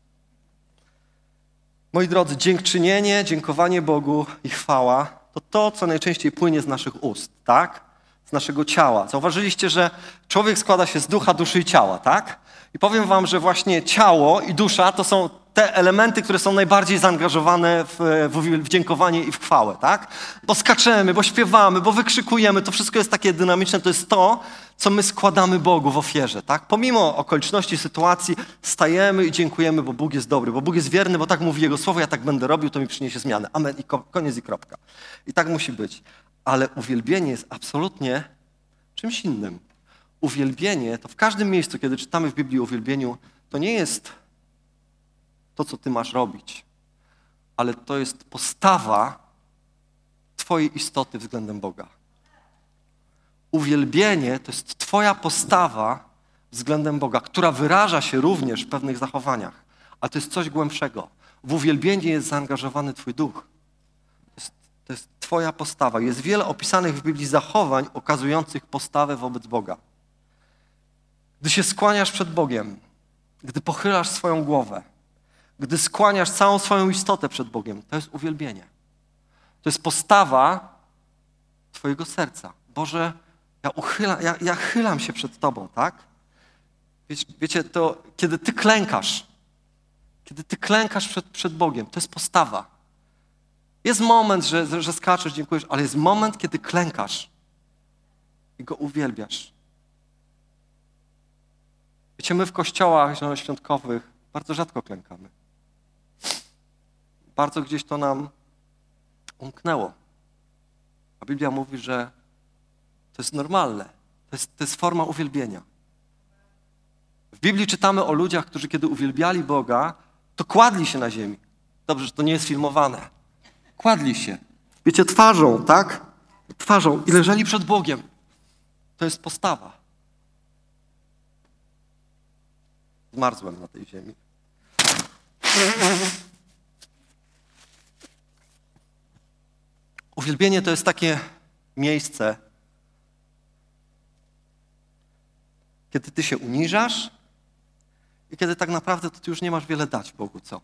Moi drodzy, dziękczynienie, dziękowanie Bogu i chwała to to, co najczęściej płynie z naszych ust, tak? Z naszego ciała. Zauważyliście, że człowiek składa się z ducha, duszy i ciała, tak? I powiem wam, że właśnie ciało i dusza to są te elementy, które są najbardziej zaangażowane w dziękowanie i w chwałę, tak? Bo skaczemy, bo śpiewamy, bo wykrzykujemy, to wszystko jest takie dynamiczne, to jest to, co my składamy Bogu w ofierze, tak? Pomimo okoliczności, sytuacji stajemy i dziękujemy, bo Bóg jest dobry, bo Bóg jest wierny, bo tak mówi Jego słowo, ja tak będę robił, to mi przyniesie zmianę. Amen i koniec i kropka. I tak musi być. Ale uwielbienie jest absolutnie czymś innym. Uwielbienie to w każdym miejscu, kiedy czytamy w Biblii o uwielbieniu, to nie jest to, co ty masz robić, ale to jest postawa twojej istoty względem Boga. Uwielbienie to jest twoja postawa względem Boga, która wyraża się również w pewnych zachowaniach, ale to jest coś głębszego. W uwielbienie jest zaangażowany twój duch. To jest twoja postawa. Jest wiele opisanych w Biblii zachowań okazujących postawę wobec Boga. Gdy się skłaniasz przed Bogiem, gdy pochylasz swoją głowę, gdy skłaniasz całą swoją istotę przed Bogiem, to jest uwielbienie. To jest postawa twojego serca. Boże, ja chylam się przed Tobą, tak? Wiecie, to kiedy Ty klękasz przed Bogiem, to jest postawa. Jest moment, że skaczesz, dziękujesz, ale jest moment, kiedy klękasz i Go uwielbiasz. Wiecie, my w kościołach zielonoświątkowych bardzo rzadko klękamy. Bardzo gdzieś to nam umknęło. A Biblia mówi, że to jest normalne. To jest forma uwielbienia. W Biblii czytamy o ludziach, którzy kiedy uwielbiali Boga, to kładli się na ziemi. Dobrze, że to nie jest filmowane. Kładli się. Wiecie, twarzą, tak? Twarzą i leżeli przed Bogiem. To jest postawa. Zmarzłem na tej ziemi. Uwielbienie to jest takie miejsce, kiedy ty się uniżasz i kiedy tak naprawdę to ty już nie masz wiele dać Bogu, co?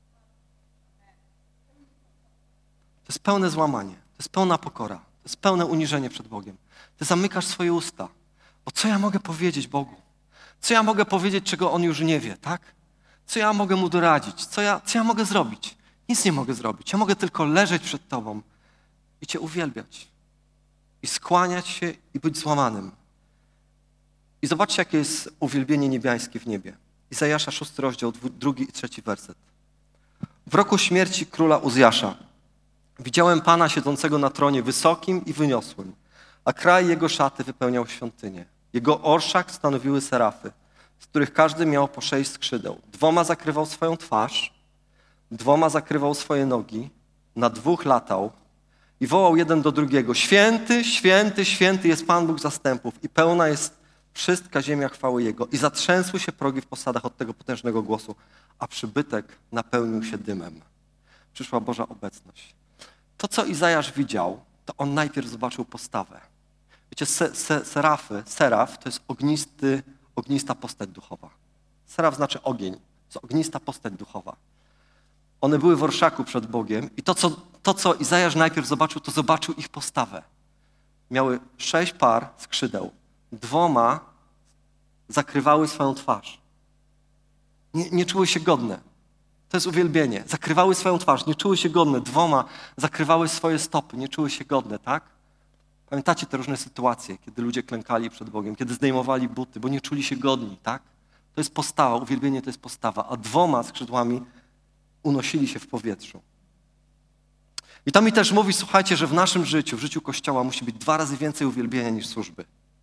To jest pełne złamanie, to jest pełna pokora, to jest pełne uniżenie przed Bogiem. Ty zamykasz swoje usta, bo co ja mogę powiedzieć Bogu? Co ja mogę powiedzieć, czego On już nie wie, tak? Co ja mogę Mu doradzić? Co ja mogę zrobić? Nic nie mogę zrobić. Ja mogę tylko leżeć przed Tobą i Cię uwielbiać. I skłaniać się i być złamanym. I zobaczcie, jakie jest uwielbienie niebiańskie w niebie. Izajasza 6 rozdział, 2 i 3 werset. W roku śmierci króla Uzjasza widziałem Pana siedzącego na tronie wysokim i wyniosłym, a kraj Jego szaty wypełniał świątynię. Jego orszak stanowiły serafy, z których każdy miał po 6 skrzydeł. 2 zakrywał swoją twarz, 2 zakrywał swoje nogi, na 2 latał i wołał jeden do drugiego: Święty, święty, święty jest Pan Bóg zastępów i pełna jest wszystka ziemia chwały Jego. I zatrzęsły się progi w posadach od tego potężnego głosu, a przybytek napełnił się dymem. Przyszła Boża obecność. To, co Izajasz widział, to on najpierw zobaczył postawę. Wiecie, seraf to jest ognista postać duchowa. Seraf znaczy ogień, to jest ognista postać duchowa. One były w orszaku przed Bogiem i to, co Izajasz najpierw zobaczył, to zobaczył ich postawę. Miały 6 par skrzydeł. 2 zakrywały swoją twarz. Nie czuły się godne. To jest uwielbienie. Zakrywały swoją twarz, nie czuły się godne. 2 zakrywały swoje stopy, nie czuły się godne, tak? Pamiętacie te różne sytuacje, kiedy ludzie klękali przed Bogiem, kiedy zdejmowali buty, bo nie czuli się godni, tak? To jest postawa, uwielbienie to jest postawa, a 2 skrzydłami unosili się w powietrzu. I to mi też mówi, słuchajcie, że w naszym życiu, w życiu Kościoła musi być 2 razy więcej uwielbienia niż służby.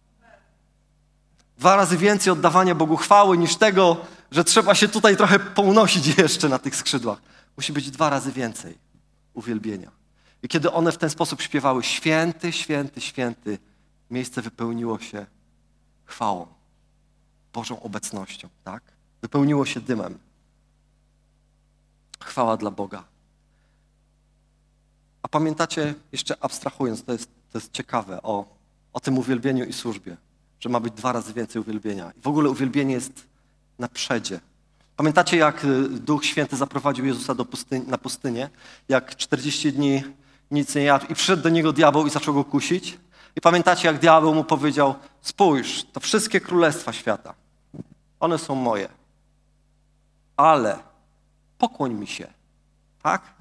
2 razy więcej oddawania Bogu chwały niż tego, że trzeba się tutaj trochę pounosić jeszcze na tych skrzydłach. Musi być 2 razy więcej uwielbienia. I kiedy one w ten sposób śpiewały święty, święty, święty, miejsce wypełniło się chwałą, Bożą obecnością, tak? Wypełniło się dymem. Chwała dla Boga. A pamiętacie, jeszcze abstrahując, to jest ciekawe, o tym uwielbieniu i służbie, że ma być 2 razy więcej uwielbienia. I w ogóle uwielbienie jest na przedzie. Pamiętacie, jak Duch Święty zaprowadził Jezusa na pustynię, jak 40 dni nic nie jadł i przyszedł do Niego diabeł i zaczął Go kusić? I pamiętacie, jak diabeł mu powiedział: spójrz, to wszystkie królestwa świata, one są moje, ale pokłoń mi się, tak?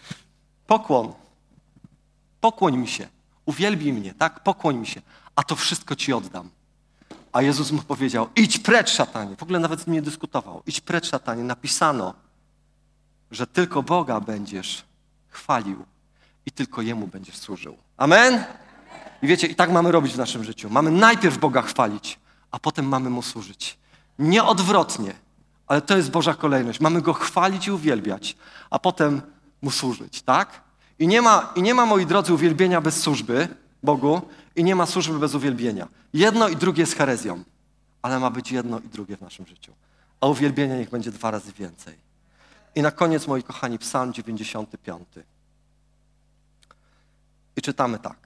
Pokłoń mi się, uwielbij mnie, tak? Pokłoń mi się, a to wszystko Ci oddam. A Jezus mu powiedział: idź precz, szatanie. W ogóle nawet z nim nie dyskutował. Idź precz, szatanie. Napisano, że tylko Boga będziesz chwalił i tylko Jemu będziesz służył. Amen? I wiecie, i tak mamy robić w naszym życiu. Mamy najpierw Boga chwalić, a potem mamy Mu służyć. Nie odwrotnie, ale to jest Boża kolejność. Mamy Go chwalić i uwielbiać, a potem Mu służyć, tak? I nie ma, moi drodzy, uwielbienia bez służby Bogu i nie ma służby bez uwielbienia. Jedno i drugie jest herezją, ale ma być jedno i drugie w naszym życiu. A uwielbienia niech będzie 2 razy więcej. I na koniec, moi kochani, Psalm 95. I czytamy tak.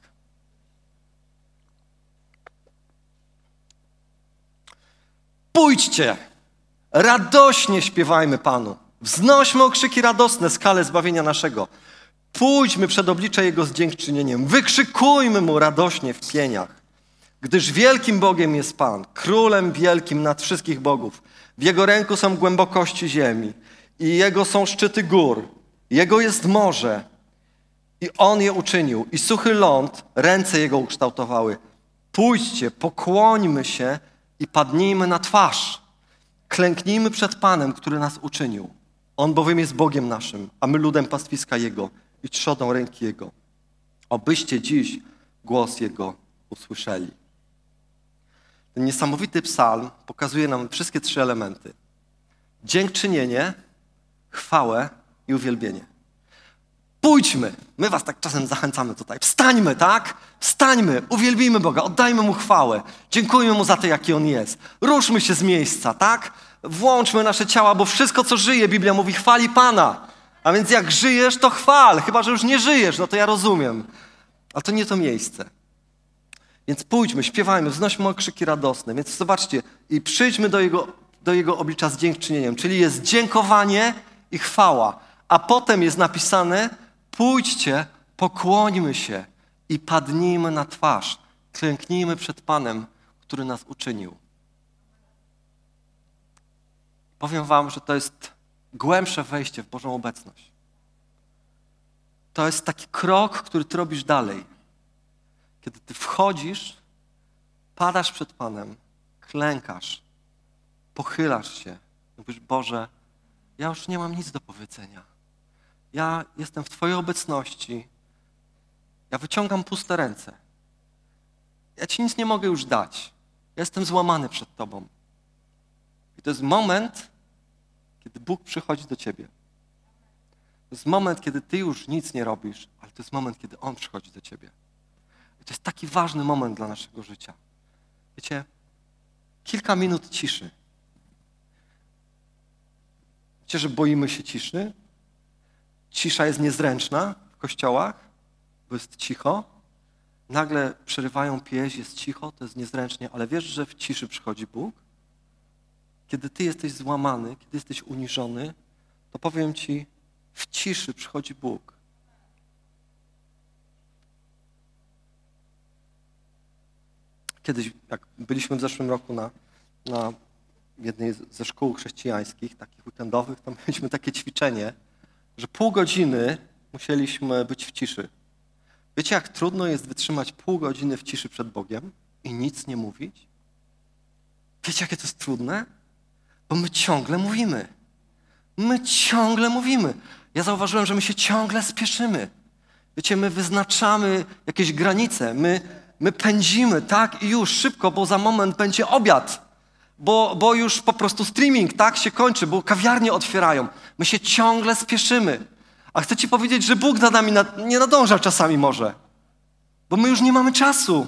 Pójdźcie, radośnie śpiewajmy Panu. Wznośmy okrzyki radosne skale zbawienia naszego. Pójdźmy przed oblicze Jego z dziękczynieniem. Wykrzykujmy Mu radośnie w pieniach. Gdyż wielkim Bogiem jest Pan, królem wielkim nad wszystkich bogów. W Jego ręku są głębokości ziemi i Jego są szczyty gór. Jego jest morze i On je uczynił. I suchy ląd ręce Jego ukształtowały. Pójdźcie, pokłońmy się i padnijmy na twarz. Klęknijmy przed Panem, który nas uczynił. On bowiem jest Bogiem naszym, a my ludem pastwiska Jego i trzodą ręki Jego. Obyście dziś głos Jego usłyszeli. Ten niesamowity psalm pokazuje nam wszystkie trzy elementy. Dziękczynienie, chwałę i uwielbienie. Pójdźmy. My was tak czasem zachęcamy tutaj. Wstańmy, tak? Wstańmy, uwielbijmy Boga, oddajmy Mu chwałę. Dziękujmy Mu za to, jaki On jest. Ruszmy się z miejsca, tak? Włączmy nasze ciała, bo wszystko, co żyje, Biblia mówi, chwali Pana. A więc jak żyjesz, to chwal. Chyba że już nie żyjesz, no to ja rozumiem. Ale to nie to miejsce. Więc pójdźmy, śpiewajmy, wznośmy okrzyki radosne. Więc zobaczcie, i przyjdźmy do Jego oblicza z dziękczynieniem. Czyli jest dziękowanie i chwała. A potem jest napisane, pójdźcie, pokłońmy się i padnijmy na twarz. Klęknijmy przed Panem, który nas uczynił. Powiem wam, że to jest głębsze wejście w Bożą obecność. To jest taki krok, który ty robisz dalej. Kiedy ty wchodzisz, padasz przed Panem, klękasz, pochylasz się. Mówisz, Boże, ja już nie mam nic do powiedzenia. Ja jestem w Twojej obecności. Ja wyciągam puste ręce. Ja Ci nic nie mogę już dać. Ja jestem złamany przed Tobą. I to jest moment, kiedy Bóg przychodzi do ciebie. To jest moment, kiedy ty już nic nie robisz, ale to jest moment, kiedy On przychodzi do ciebie. I to jest taki ważny moment dla naszego życia. Wiecie, kilka minut ciszy. Wiecie, że boimy się ciszy? Cisza jest niezręczna w kościołach, bo jest cicho. Nagle przerywają pieśń, jest cicho, to jest niezręcznie, ale wiesz, że w ciszy przychodzi Bóg? Kiedy ty jesteś złamany, kiedy jesteś uniżony, to powiem ci, w ciszy przychodzi Bóg. Kiedyś, jak byliśmy w zeszłym roku na jednej ze szkół chrześcijańskich, takich weekendowych, to mieliśmy takie ćwiczenie, że pół godziny musieliśmy być w ciszy. Wiecie, jak trudno jest wytrzymać pół godziny w ciszy przed Bogiem i nic nie mówić? Wiecie, jakie to jest trudne? Bo my ciągle mówimy. My ciągle mówimy. Ja zauważyłem, że my się ciągle spieszymy. Wiecie, my wyznaczamy jakieś granice. My pędzimy, tak? I już szybko, bo za moment będzie obiad. Bo już po prostu streaming, tak? Się kończy, bo kawiarnie otwierają. My się ciągle spieszymy. A chcę ci powiedzieć, że Bóg za nami nie nadąża czasami może. Bo my już nie mamy czasu.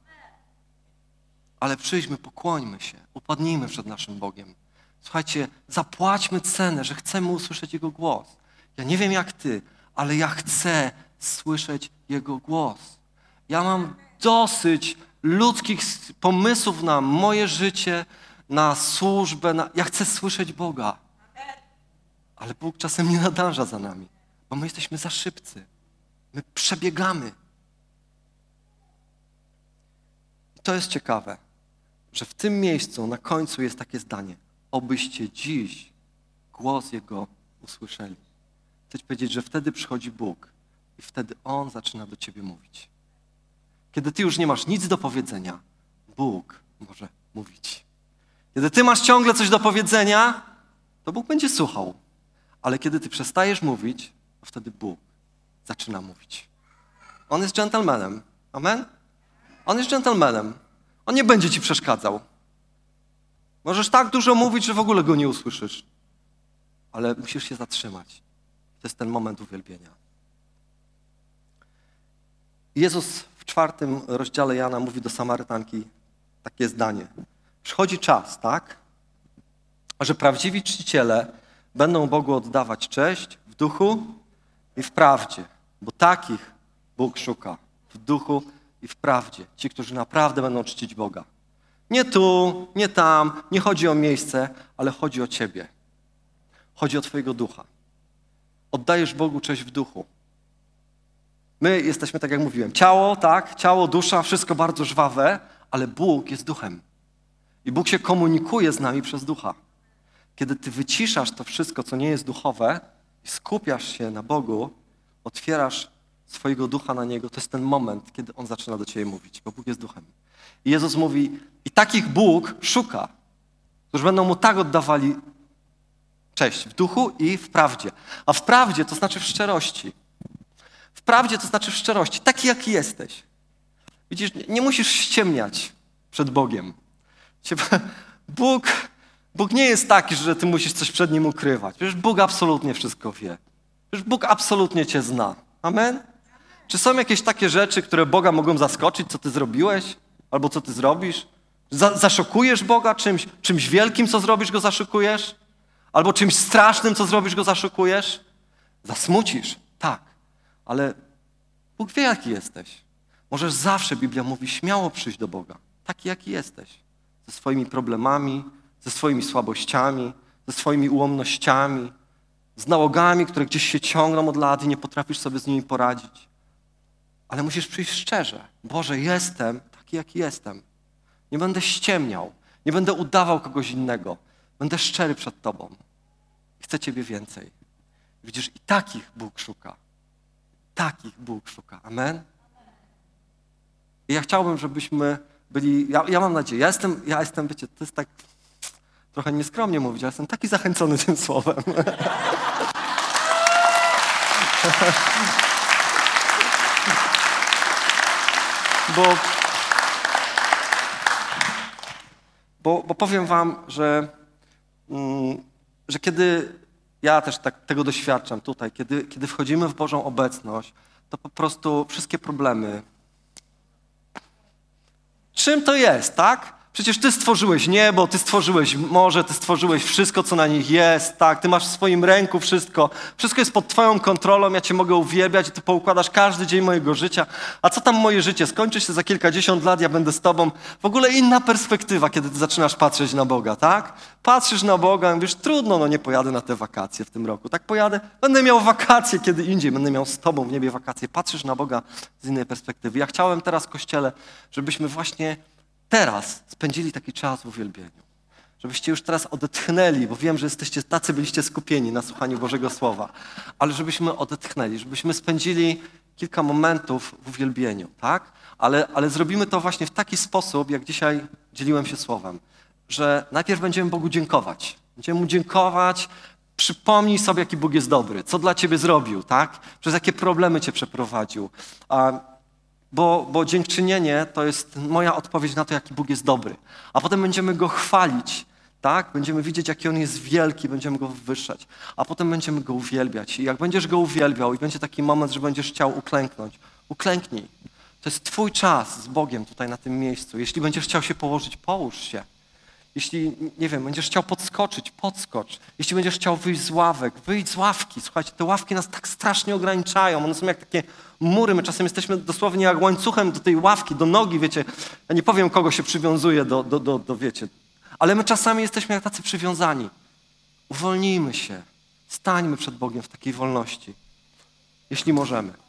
Ale przyjdźmy, pokłońmy się, upadnijmy przed naszym Bogiem. Słuchajcie, zapłaćmy cenę, że chcemy usłyszeć Jego głos. Ja nie wiem jak ty, ale ja chcę słyszeć Jego głos. Ja mam dosyć ludzkich pomysłów na moje życie, na służbę. Ja chcę słyszeć Boga. Ale Bóg czasem nie nadąża za nami, bo my jesteśmy za szybcy. My przebiegamy. I to jest ciekawe, że w tym miejscu na końcu jest takie zdanie. Obyście dziś głos Jego usłyszeli. Chcę ci powiedzieć, że wtedy przychodzi Bóg i wtedy On zaczyna do ciebie mówić. Kiedy ty już nie masz nic do powiedzenia, Bóg może mówić. Kiedy ty masz ciągle coś do powiedzenia, to Bóg będzie słuchał. Ale kiedy ty przestajesz mówić, to wtedy Bóg zaczyna mówić. On jest dżentelmenem. Amen? On jest dżentelmenem. On nie będzie ci przeszkadzał. Możesz tak dużo mówić, że w ogóle Go nie usłyszysz. Ale musisz się zatrzymać. To jest ten moment uwielbienia. Jezus w 4 rozdziale Jana mówi do Samarytanki takie zdanie. Przychodzi czas, tak? Że prawdziwi czciciele będą Bogu oddawać cześć w duchu i w prawdzie, bo takich Bóg szuka w duchu i w prawdzie. Ci, którzy naprawdę będą czcić Boga. Nie tu, nie tam, nie chodzi o miejsce, ale chodzi o ciebie. Chodzi o twojego ducha. Oddajesz Bogu cześć w duchu. My jesteśmy, tak jak mówiłem, ciało, tak? Ciało, dusza, wszystko bardzo żwawe, ale Bóg jest duchem. I Bóg się komunikuje z nami przez ducha. Kiedy ty wyciszasz to wszystko, co nie jest duchowe i skupiasz się na Bogu, otwierasz swojego ducha na Niego, to jest ten moment, kiedy On zaczyna do ciebie mówić, bo Bóg jest duchem. I Jezus mówi, i takich Bóg szuka, którzy będą Mu tak oddawali cześć w duchu i w prawdzie. A w prawdzie to znaczy w szczerości. W prawdzie to znaczy w szczerości, taki jaki jesteś. Widzisz, nie musisz ściemniać przed Bogiem. Bóg nie jest taki, że ty musisz coś przed Nim ukrywać. Przecież Bóg absolutnie wszystko wie. Przecież Bóg absolutnie cię zna. Amen? Czy są jakieś takie rzeczy, które Boga mogą zaskoczyć, co ty zrobiłeś? Albo co ty zrobisz? Zaszokujesz Boga czymś wielkim, co zrobisz, Go zaszokujesz? Albo czymś strasznym, co zrobisz, Go zaszokujesz? Zasmucisz, tak. Ale Bóg wie, jaki jesteś. Możesz zawsze, Biblia mówi, śmiało przyjść do Boga. Taki, jaki jesteś. Ze swoimi problemami, ze swoimi słabościami, ze swoimi ułomnościami, z nałogami, które gdzieś się ciągną od lat i nie potrafisz sobie z nimi poradzić. Ale musisz przyjść szczerze. Boże, jestem taki, jaki jestem. Nie będę ściemniał. Nie będę udawał kogoś innego. Będę szczery przed Tobą. Chcę Ciebie więcej. Widzisz, i takich Bóg szuka. Takich Bóg szuka. Amen? I ja chciałbym, żebyśmy byli... Ja mam nadzieję. Ja jestem, wiecie, to jest tak trochę nieskromnie mówić, ale jestem taki zachęcony tym słowem. Bo powiem wam, że kiedy ja też tak tego doświadczam tutaj, kiedy wchodzimy w Bożą obecność, to po prostu wszystkie problemy... Czym to jest, tak? Przecież Ty stworzyłeś niebo, Ty stworzyłeś morze, Ty stworzyłeś wszystko, co na nich jest, tak? Ty masz w swoim ręku wszystko. Wszystko jest pod Twoją kontrolą, ja Cię mogę uwielbiać i Ty poukładasz każdy dzień mojego życia. A co tam moje życie? Skończy się za kilkadziesiąt lat, ja będę z Tobą. W ogóle inna perspektywa, kiedy Ty zaczynasz patrzeć na Boga, tak? Patrzysz na Boga i mówisz, trudno, no nie pojadę na te wakacje w tym roku. Tak pojadę, będę miał wakacje kiedy indziej, będę miał z Tobą w niebie wakacje. Patrzysz na Boga z innej perspektywy. Ja chciałem teraz, Kościele, żebyśmy właśnie teraz spędzili taki czas w uwielbieniu. Żebyście już teraz odetchnęli, bo wiem, że byliście skupieni na słuchaniu Bożego Słowa, ale żebyśmy odetchnęli, żebyśmy spędzili kilka momentów w uwielbieniu, tak? Ale zrobimy to właśnie w taki sposób, jak dzisiaj dzieliłem się Słowem, że najpierw będziemy Bogu dziękować. Będziemy Mu dziękować, przypomnij sobie, jaki Bóg jest dobry, co dla Ciebie zrobił, tak? Przez jakie problemy Cię przeprowadził. Bo dziękczynienie to jest moja odpowiedź na to, jaki Bóg jest dobry. A potem będziemy Go chwalić, tak? Będziemy widzieć, jaki On jest wielki, będziemy Go wywyższać. A potem będziemy Go uwielbiać. I jak będziesz Go uwielbiał i będzie taki moment, że będziesz chciał uklęknąć, uklęknij. To jest Twój czas z Bogiem tutaj na tym miejscu. Jeśli będziesz chciał się położyć, połóż się. Jeśli, nie wiem, będziesz chciał podskoczyć, podskocz. Jeśli będziesz chciał wyjść z ławek, wyjdź z ławki. Słuchajcie, te ławki nas tak strasznie ograniczają. One są jak takie mury. My czasem jesteśmy dosłownie jak łańcuchem do tej ławki, do nogi, wiecie. Ja nie powiem, kogo się przywiązuje wiecie. Ale my czasami jesteśmy jak tacy przywiązani. Uwolnijmy się. Stańmy przed Bogiem w takiej wolności. Jeśli możemy.